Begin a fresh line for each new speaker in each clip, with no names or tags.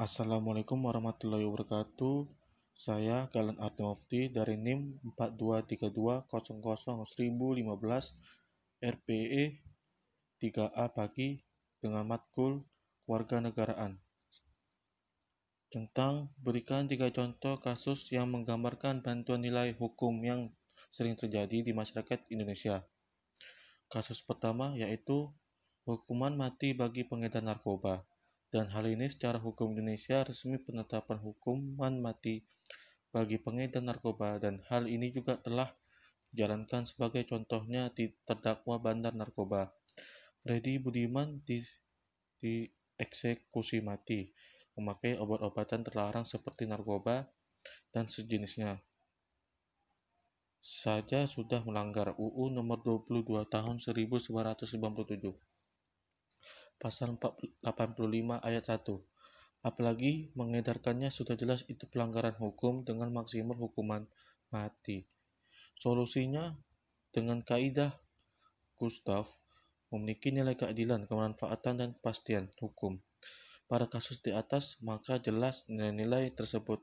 Assalamualaikum warahmatullahi wabarakatuh. Saya Galen Arti Mufti dari NIM 4232001015 RPE 3A Pagi dengan matkul kewarganegaraan. Tentang berikan 3 contoh kasus yang menggambarkan bantuan nilai hukum yang sering terjadi di masyarakat Indonesia. Kasus pertama yaitu hukuman mati bagi pengedar narkoba. Dan hal ini secara hukum Indonesia resmi penetapan hukuman mati bagi pengedar narkoba, dan hal ini juga telah dijalankan sebagai contohnya di terdakwa bandar narkoba Freddy Budiman dieksekusi mati memakai obat-obatan terlarang seperti narkoba dan sejenisnya saja sudah melanggar UU nomor 22 tahun 1997 pasal 85 ayat 1. Apalagi mengedarkannya sudah jelas itu pelanggaran hukum dengan maksimal hukuman mati. Solusinya dengan kaidah Gustav memiliki nilai keadilan, kemanfaatan, dan kepastian hukum. Pada kasus di atas, maka jelas nilai-nilai tersebut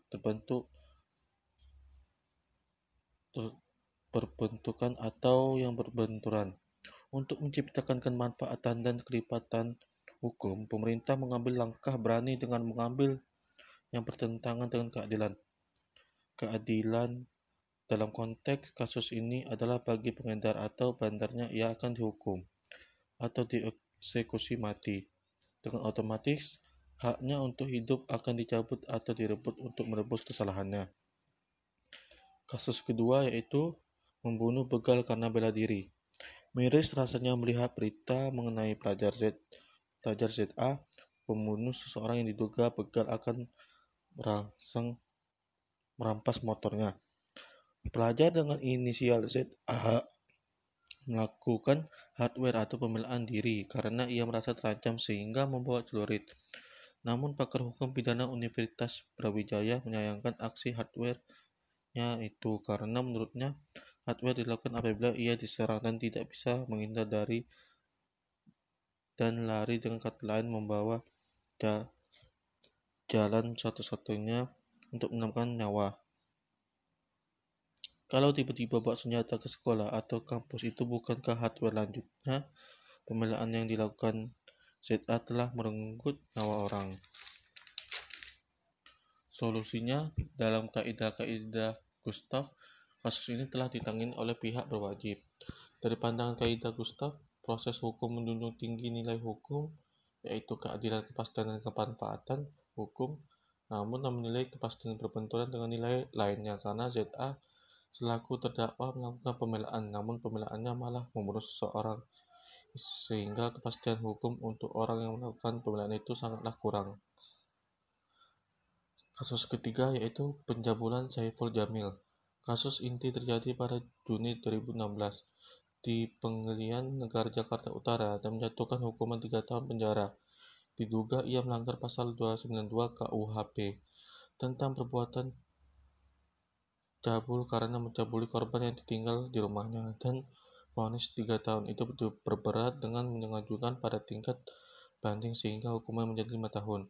berbentukan atau yang berbenturan. Untuk menciptakan kemanfaatan dan kelipatan hukum, pemerintah mengambil langkah berani dengan mengambil yang bertentangan dengan keadilan. Keadilan dalam konteks kasus ini adalah bagi pengedar atau bandarnya ia akan dihukum atau dieksekusi mati. Dengan otomatis, haknya untuk hidup akan dicabut atau direbut untuk menebus kesalahannya. Kasus kedua yaitu membunuh begal karena bela diri. Miris rasanya melihat berita mengenai pelajar ZA, pembunuh seseorang yang diduga begal akan merampas motornya. Pelajar dengan inisial ZA melakukan hardware atau pembelaan diri karena ia merasa terancam sehingga membawa celurit. Namun pakar hukum pidana Universitas Brawijaya menyayangkan aksi hardware-nya itu karena menurutnya hardware dilakukan apabila ia diserang dan tidak bisa menghindar dari dan lari, dengan kata lain membawa jalan satu-satunya untuk menyelamatkan nyawa. Kalau tiba-tiba bawa senjata ke sekolah atau kampus, itu bukankah hardware lanjutnya? Pembelaan yang dilakukan ZA telah merenggut nyawa orang. Solusinya dalam kaidah Gustav, kasus ini telah ditangani oleh pihak berwajib. Dari pandangan kaidah Gustav, proses hukum menjunjung tinggi nilai hukum, yaitu keadilan, kepastian, dan kemanfaatan hukum, namun menilai kepastian berbenturan dengan nilai lainnya karena ZA selaku terdakwa melakukan pembelaan, namun pembelaannya malah membunuh seseorang, sehingga kepastian hukum untuk orang yang melakukan pembelaan itu sangatlah kurang. Kasus ketiga yaitu pencabulan Saiful Jamil. Kasus inti terjadi pada Juni 2016 di Pengadilan Negeri Jakarta Utara dan menjatuhkan hukuman 3 tahun penjara. Diduga ia melanggar pasal 292 KUHP tentang perbuatan cabul karena mencabuli korban yang ditinggal di rumahnya, dan vonis 3 tahun itu berberat dengan mengajukan pada tingkat banding sehingga hukuman menjadi 5 tahun.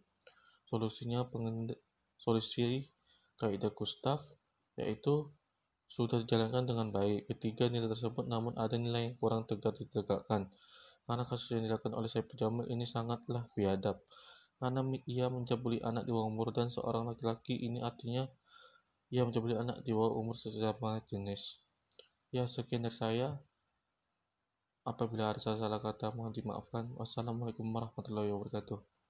Solusi kaidah Gustav yaitu sudah dijalankan dengan baik ketiga nilai tersebut, namun ada nilai yang kurang tegar ditegakkan. Karena kasus yang dilakukan oleh Saiful Jamil ini sangatlah biadab, karena ia mencabuli anak di bawah umur dan seorang laki-laki. Ini artinya ia mencabuli anak di bawah umur sesama jenis. Ya, sekian dari saya. Apabila ada salah kata mohon dimaafkan. Wassalamualaikum warahmatullahi wabarakatuh.